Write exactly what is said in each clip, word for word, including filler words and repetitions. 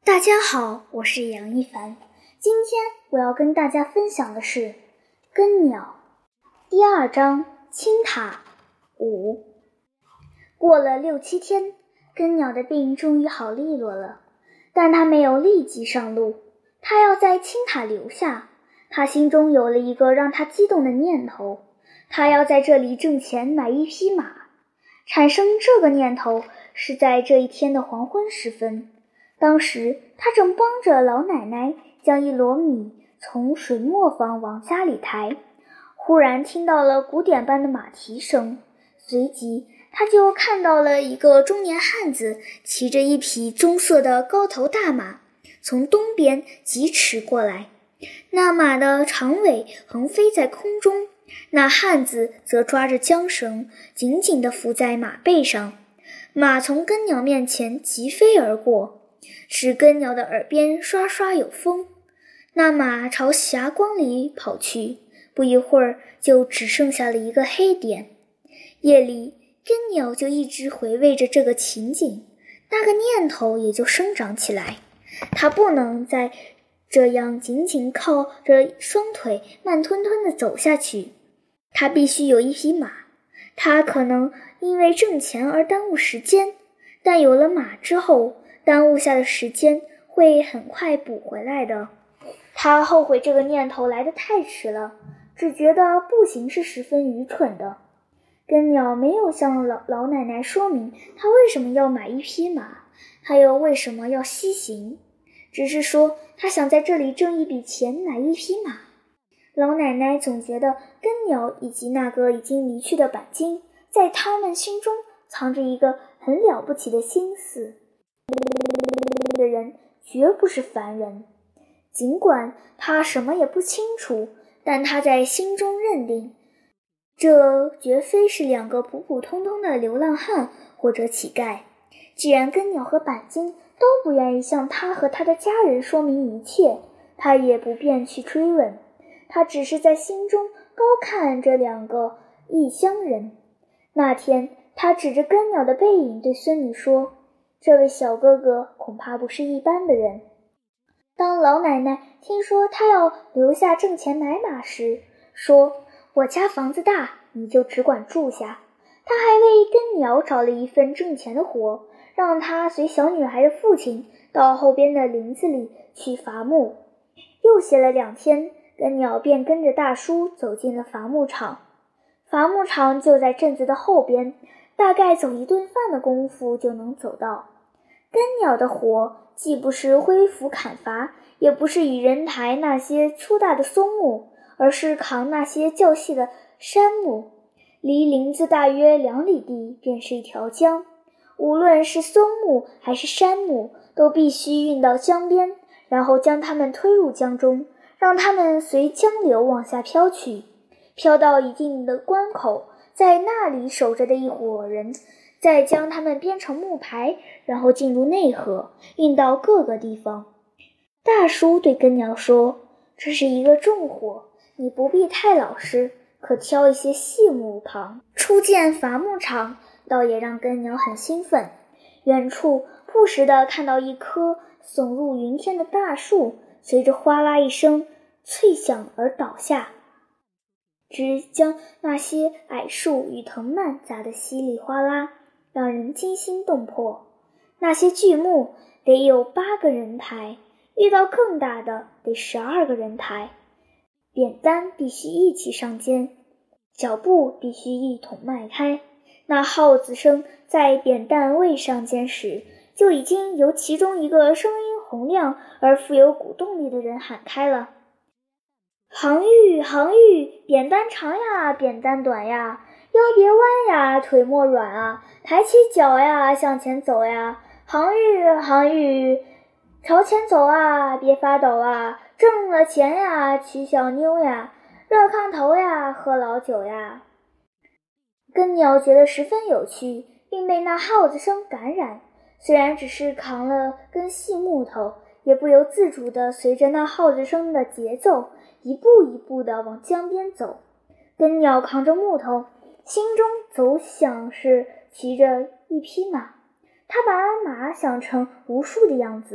大家好，我是杨一凡。今天我要跟大家分享的是根鸟第二章青塔五。过了六七天，根鸟的病终于好利落了，但他没有立即上路，他要在青塔留下。他心中有了一个让他激动的念头，他要在这里挣钱买一匹马。产生这个念头是在这一天的黄昏时分，当时他正帮着老奶奶将一箩米从水磨坊往家里抬，忽然听到了鼓点般的马蹄声，随即他就看到了一个中年汉子骑着一匹棕色的高头大马从东边疾驰过来，那马的长尾横飞在空中，那汉子则抓着缰绳紧紧地扶在马背上，马从根鸟面前疾飞而过，使根鸟的耳边刷刷有风。那马朝霞光里跑去，不一会儿就只剩下了一个黑点。夜里根鸟就一直回味着这个情景，那个念头也就生长起来，它不能再这样紧紧靠着双腿慢吞吞地走下去，它必须有一匹马。它可能因为挣钱而耽误时间，但有了马之后，耽误下的时间会很快补回来的。他后悔这个念头来得太迟了，只觉得步行是十分愚蠢的。根鸟没有向老老奶奶说明他为什么要买一匹马，还有为什么要西行，只是说他想在这里挣一笔钱买一匹马。老奶奶总觉得根鸟以及那个已经离去的板金在他们心中藏着一个很了不起的心思，的人绝不是凡人。尽管他什么也不清楚，但他在心中认定，这绝非是两个普普通通的流浪汉或者乞丐。既然根鸟和板金都不愿意向他和他的家人说明一切，他也不便去追问，他只是在心中高看这两个异乡人。那天他指着根鸟的背影对孙女说，这位小哥哥恐怕不是一般的人。当老奶奶听说他要留下挣钱买马时，说，我家房子大，你就只管住下。他还为根鸟找了一份挣钱的活，让他随小女孩的父亲到后边的林子里去伐木。又歇了两天，根鸟便跟着大叔走进了伐木场。伐木场就在镇子的后边，大概走一顿饭的功夫就能走到。根鸟的活既不是挥斧砍伐，也不是与人抬那些粗大的松木，而是扛那些较细的杉木。离林子大约两里地便是一条江，无论是松木还是杉木，都必须运到江边，然后将它们推入江中，让它们随江流往下飘去，飘到一定的关口，在那里守着的一伙人再将它们编成木牌，然后进入内河，运到各个地方。大叔对根鸟说，这是一个重活，你不必太老实，可挑一些细木旁。初见伐木场，倒也让根鸟很兴奋。远处不时地看到一棵耸入云天的大树，随着哗啦一声脆响而倒下，只将那些矮树与藤蔓砸得稀里哗啦，让人惊心动魄。那些巨木得有八个人抬，遇到更大的得十二个人抬。扁担必须一起上肩，脚步必须一同迈开。那号子声在扁担未上肩时，就已经由其中一个声音洪亮而富有鼓动力的人喊开了，航玉航玉，扁担长呀，扁担短呀，腰别弯呀，腿莫软啊，抬起脚呀，向前走呀，航玉航玉，朝前走啊，别发抖啊，挣了钱呀，娶小妞呀，热炕头呀，喝老酒呀。根鸟觉得十分有趣，并被那号子声感染，虽然只是扛了根细木头，也不由自主地随着那号子声的节奏一步一步地往江边走。根鸟扛着木头，心中总想是骑着一匹马，他把马想成无数的样子，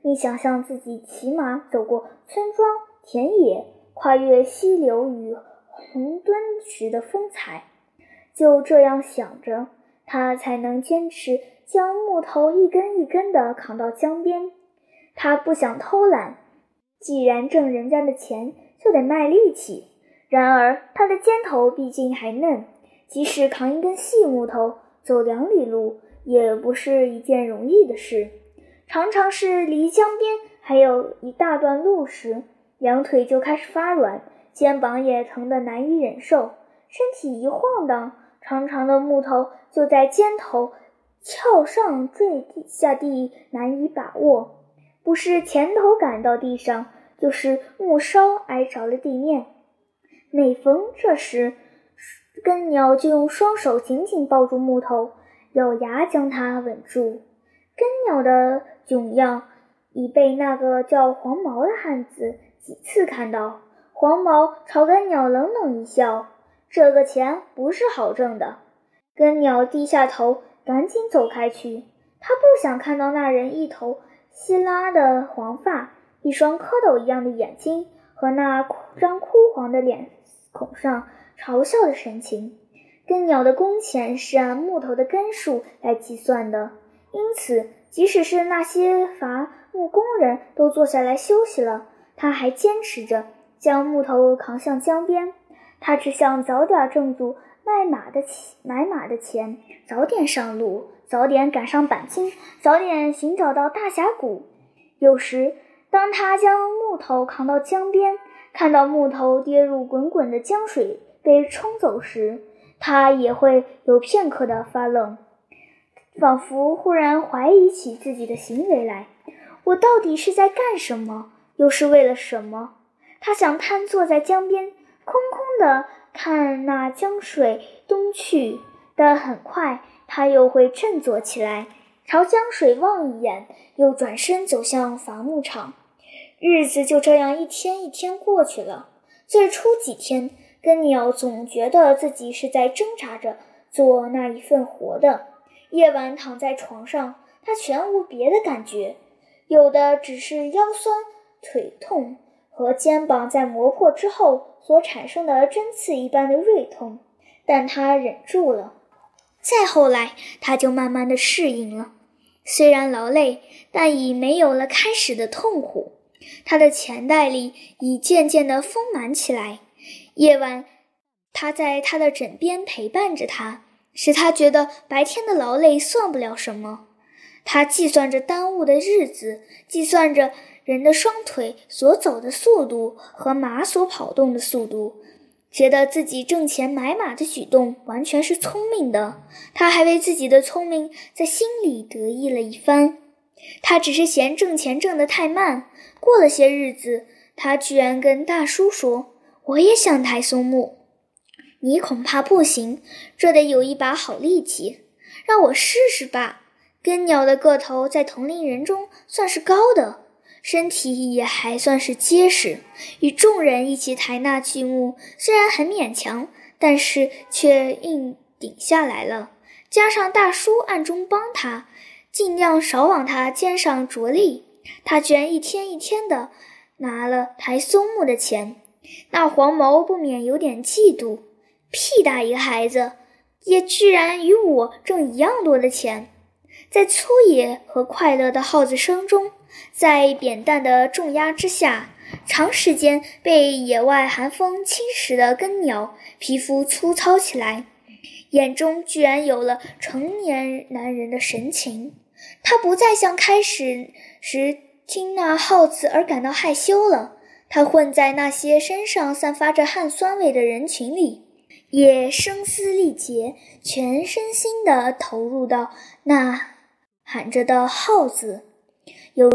你想象自己骑马走过村庄、田野，跨越溪流与红墩时的风采。就这样想着，他才能坚持将木头一根一根地扛到江边。他不想偷懒，既然挣人家的钱，就得卖力气。然而他的肩头毕竟还嫩，即使扛一根细木头走两里路，也不是一件容易的事。常常是离江边还有一大段路时，两腿就开始发软，肩膀也疼得难以忍受，身体一晃荡，长长的木头就在肩头翘上坠下地，难以把握。不是前头赶到地上，就是木梢挨着了地面。每逢这时，根鸟就用双手紧紧抱住木头，咬牙将它稳住。根鸟的窘样已被那个叫黄毛的汉子几次看到。黄毛朝根鸟冷冷一笑，这个钱不是好挣的。根鸟低下头，赶紧走开去。他不想看到那人一头稀拉的黄发，一双蝌蚪一样的眼睛和那张枯黄的脸孔上嘲笑的神情。根鸟的工钱是按木头的根数来计算的，因此即使是那些伐木工人都坐下来休息了，他还坚持着将木头扛向江边。他只想早点挣足卖马的买马的钱，早点上路，早点赶上钣金，早点寻找到大峡谷。有时当他将木头扛到江边，看到木头跌入滚滚的江水被冲走时，他也会有片刻的发愣，仿佛忽然怀疑起自己的行为来。我到底是在干什么？又是为了什么？他想瘫坐在江边，空空的看那江水东去，但很快他又会振作起来，朝江水望一眼，又转身走向伐木场。日子就这样一天一天过去了。最初几天，根鸟总觉得自己是在挣扎着做那一份活的。夜晚躺在床上，他全无别的感觉，有的只是腰酸腿痛和肩膀在磨破之后所产生的针刺一般的锐痛，但他忍住了。再后来，他就慢慢的适应了，虽然劳累，但已没有了开始的痛苦。他的钱袋里已渐渐地丰满起来。夜晚，他在他的枕边陪伴着他，使他觉得白天的劳累算不了什么。他计算着耽误的日子，计算着人的双腿所走的速度和马所跑动的速度，觉得自己挣钱买马的举动完全是聪明的。他还为自己的聪明在心里得意了一番。他只是嫌挣钱挣得太慢。过了些日子，他居然跟大叔说，我也想抬松木。你恐怕不行，这得有一把好力气，让我试试吧。根鸟的个头在同龄人中算是高的，身体也还算是结实，与众人一起抬那巨木，虽然很勉强，但是却硬顶下来了。加上大叔暗中帮他，尽量少往他肩上着力，他居然一天一天的拿了抬松木的钱。那黄毛不免有点嫉妒，屁大一个孩子，也居然与我挣一样多的钱。在粗野和快乐的号子声中，在扁担的重压之下，长时间被野外寒风侵蚀的根鸟皮肤粗糙起来，眼中居然有了成年男人的神情。他不再像开始时听那号子而感到害羞了，他混在那些身上散发着汗酸味的人群里，也声嘶力竭，全身心地投入到那喊着的号子。有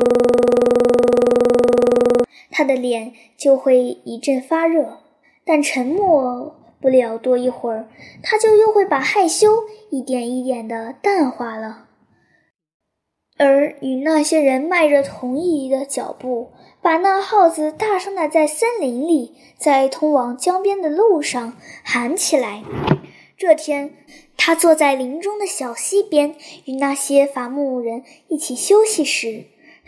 他的脸就会一阵发热，但沉默不了多一会儿，他就又会把害羞一点一点地淡化了。而与那些人迈着同一的脚步，把那号子大声地在森林里，在通往江边的路上喊起来。这天，他坐在林中的小溪边，与那些伐木人一起休息时，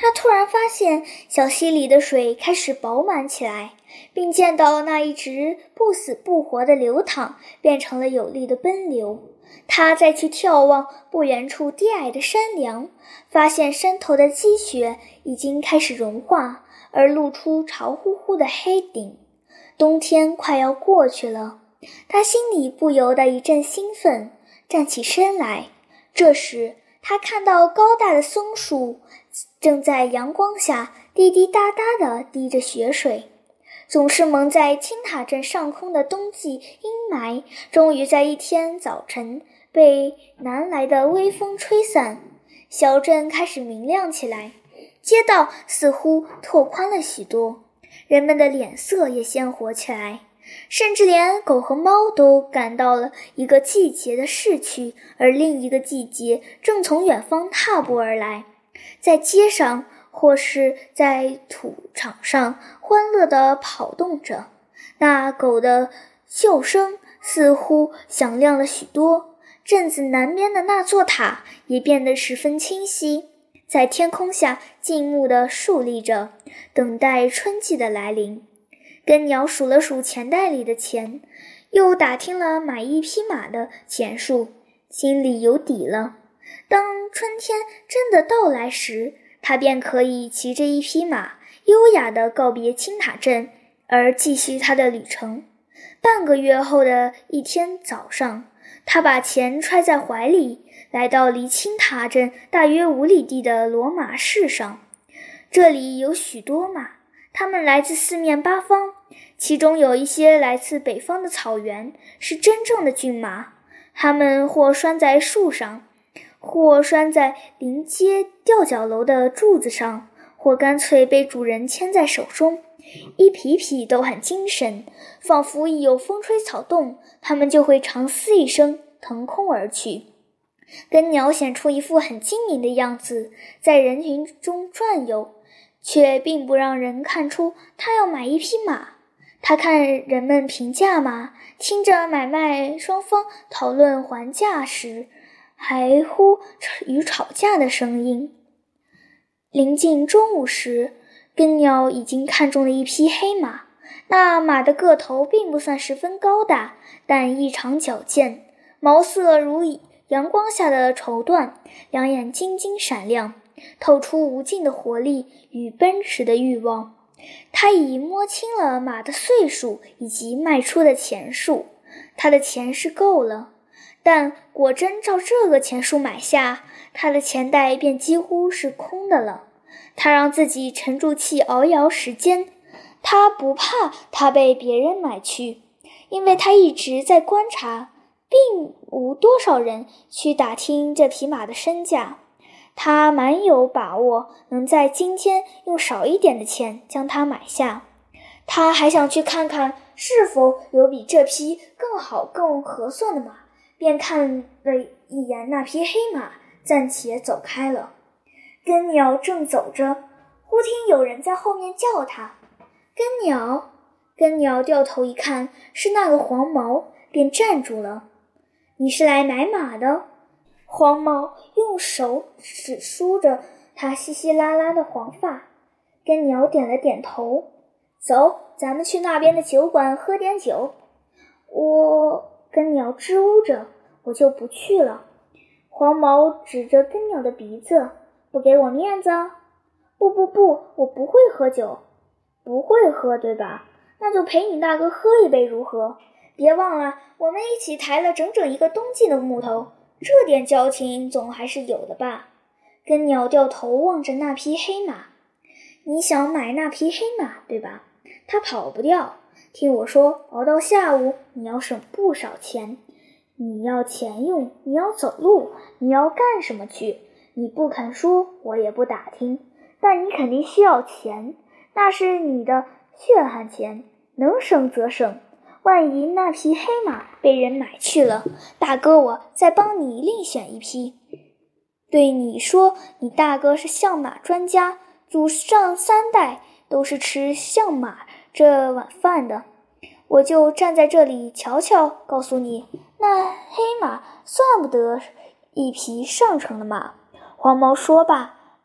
他突然发现小溪里的水开始饱满起来，并见到那一直不死不活的流淌变成了有力的奔流。他再去眺望不远处低矮的山梁，发现山头的积雪已经开始融化，而露出潮乎乎的黑顶。冬天快要过去了，他心里不由得一阵兴奋，站起身来。这时他看到高大的松树正在阳光下滴滴答答地滴着雪水。总是蒙在青塔镇上空的冬季阴霾，终于在一天早晨被南来的微风吹散，小镇开始明亮起来，街道似乎拓宽了许多，人们的脸色也鲜活起来，甚至连狗和猫都感到了一个季节的逝去，而另一个季节正从远方踏步而来。在街上或是在土场上欢乐地跑动着，那狗的叫声似乎响亮了许多。镇子南边的那座塔也变得十分清晰，在天空下静穆地竖立着，等待春季的来临。根鸟数了数钱袋里的钱，又打听了买一匹马的钱数，心里有底了。当春天真的到来时，他便可以骑着一匹马，优雅地告别青塔镇，而继续他的旅程。半个月后的一天早上，他把钱揣在怀里，来到离青塔镇大约五里地的骡马市上。这里有许多马，它们来自四面八方，其中有一些来自北方的草原，是真正的骏马。它们或拴在树上，或拴在临街吊脚楼的柱子上，或干脆被主人牵在手中，一匹匹都很精神，仿佛一有风吹草动，它们就会长嘶一声，腾空而去。根鸟显出一副很精明的样子，在人群中转悠，却并不让人看出他要买一匹马。他看人们评价马，听着买卖双方讨论还价时还呼与吵架的声音。临近中午时，根鸟已经看中了一匹黑马。那马的个头并不算十分高大，但异常矫健，毛色如阳光下的绸缎，两眼晶晶闪亮，透出无尽的活力与奔驰的欲望。他已摸清了马的岁数以及卖出的钱数，他的钱是够了。但果真照这个钱数买下，他的钱袋便几乎是空的了。他让自己沉住气熬一熬时间，他不怕他被别人买去，因为他一直在观察，并无多少人去打听这匹马的身价。他蛮有把握能在今天用少一点的钱将它买下。他还想去看看是否有比这匹更好更合算的马，便看了一眼那匹黑马，暂且走开了。根鸟正走着，忽听有人在后面叫他：根鸟！根鸟掉头一看，是那个黄毛，便站住了。你是来买马的？黄毛用手指梳着他稀稀拉拉的黄发。根鸟点了点头。走，咱们去那边的酒馆喝点酒。我……根鸟支吾着，我就不去了。黄毛指着根鸟的鼻子，不给我面子？不不不，我不会喝酒。不会喝，对吧？那就陪你大哥喝一杯如何？别忘了，我们一起抬了整整一个冬季的木头，这点交情总还是有的吧。根鸟掉头望着那匹黑马。你想买那匹黑马，对吧？它跑不掉。听我说，熬到下午你要省不少钱。你要钱用，你要走路，你要干什么去？你不肯说，我也不打听。但你肯定需要钱，那是你的血汗钱，能省则省。万一那匹黑马被人买去了，大哥我再帮你另选一匹。对你说，你大哥是相马专家，祖上三代都是吃相马这碗饭的。我就站在这里瞧瞧，告诉你，那黑马算不得一匹上乘的马。黄毛说罢，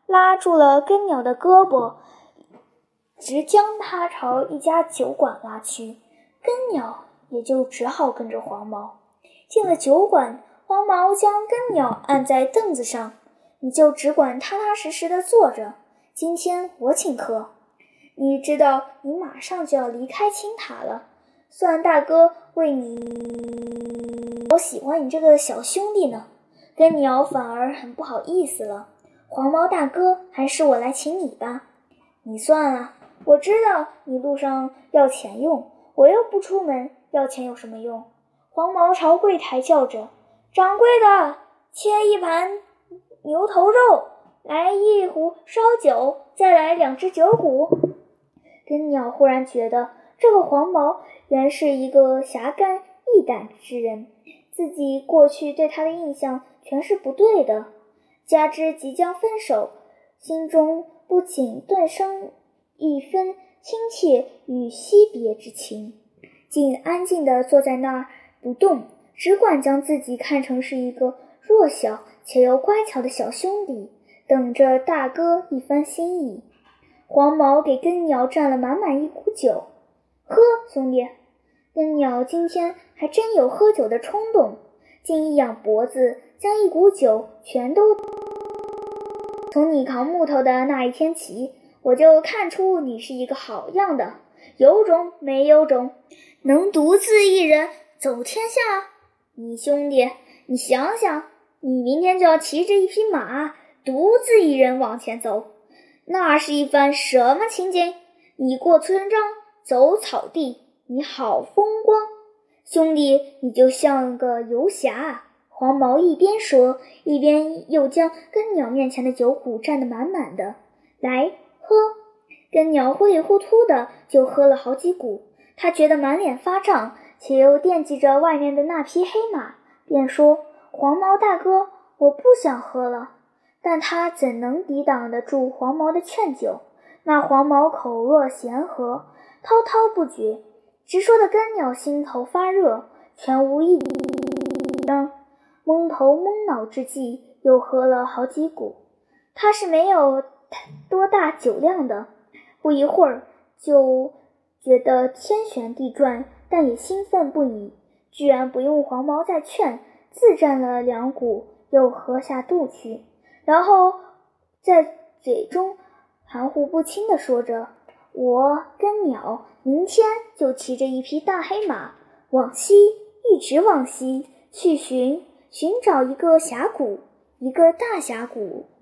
拉住了根鸟的胳膊，直将它朝一家酒馆拉去。根鸟也就只好跟着黄毛。进了酒馆，黄毛将根鸟按在凳子上，你就只管踏踏实实地坐着，今天我请客。你知道你马上就要离开青塔了，算大哥为你，我喜欢你这个小兄弟呢。根鸟反而很不好意思了，黄毛大哥，还是我来请你吧。你算了，我知道你路上要钱用，我又不出门，要钱有什么用？黄毛朝柜台叫着：掌柜的，切一盘牛头肉，来一壶烧酒，再来两只酒骨。根鸟忽然觉得这个黄毛原是一个侠肝义胆之人，自己过去对他的印象全是不对的，加之即将分手，心中不仅顿生一分亲切与惜别之情，竟安静地坐在那儿不动，只管将自己看成是一个弱小且又乖巧的小兄弟，等着大哥一番心意。黄毛给根鸟蘸了满满一壶酒，喝，兄弟。根鸟今天还真有喝酒的冲动，竟一仰脖子，将一股酒全都。从你扛木头的那一天起，我就看出你是一个好样的，有种没有种，能独自一人走天下。你兄弟，你想想，你明天就要骑着一匹马，独自一人往前走，那是一番什么情景？你过村庄，走草地，你好风光。兄弟，你就像个游侠。黄毛一边说，一边又将根鸟面前的酒壶蘸得满满的。来，喝。根鸟糊里糊涂的就喝了好几股，他觉得满脸发胀，且又惦记着外面的那匹黑马，便说：黄毛大哥，我不想喝了。但他怎能抵挡得住黄毛的劝酒？那黄毛口若悬河，滔滔不绝，直说的根鸟心头发热，全无一点懵头懵脑之际，又喝了好几股。他是没有多大酒量的，不一会儿就觉得天旋地转，但也兴奋不已，居然不用黄毛再劝，自蘸了两股，又喝下肚去，然后在嘴中含糊不清地说着：我根鸟明天就骑着一匹大黑马，往西，一直往西去寻寻找一个峡谷，一个大峡谷，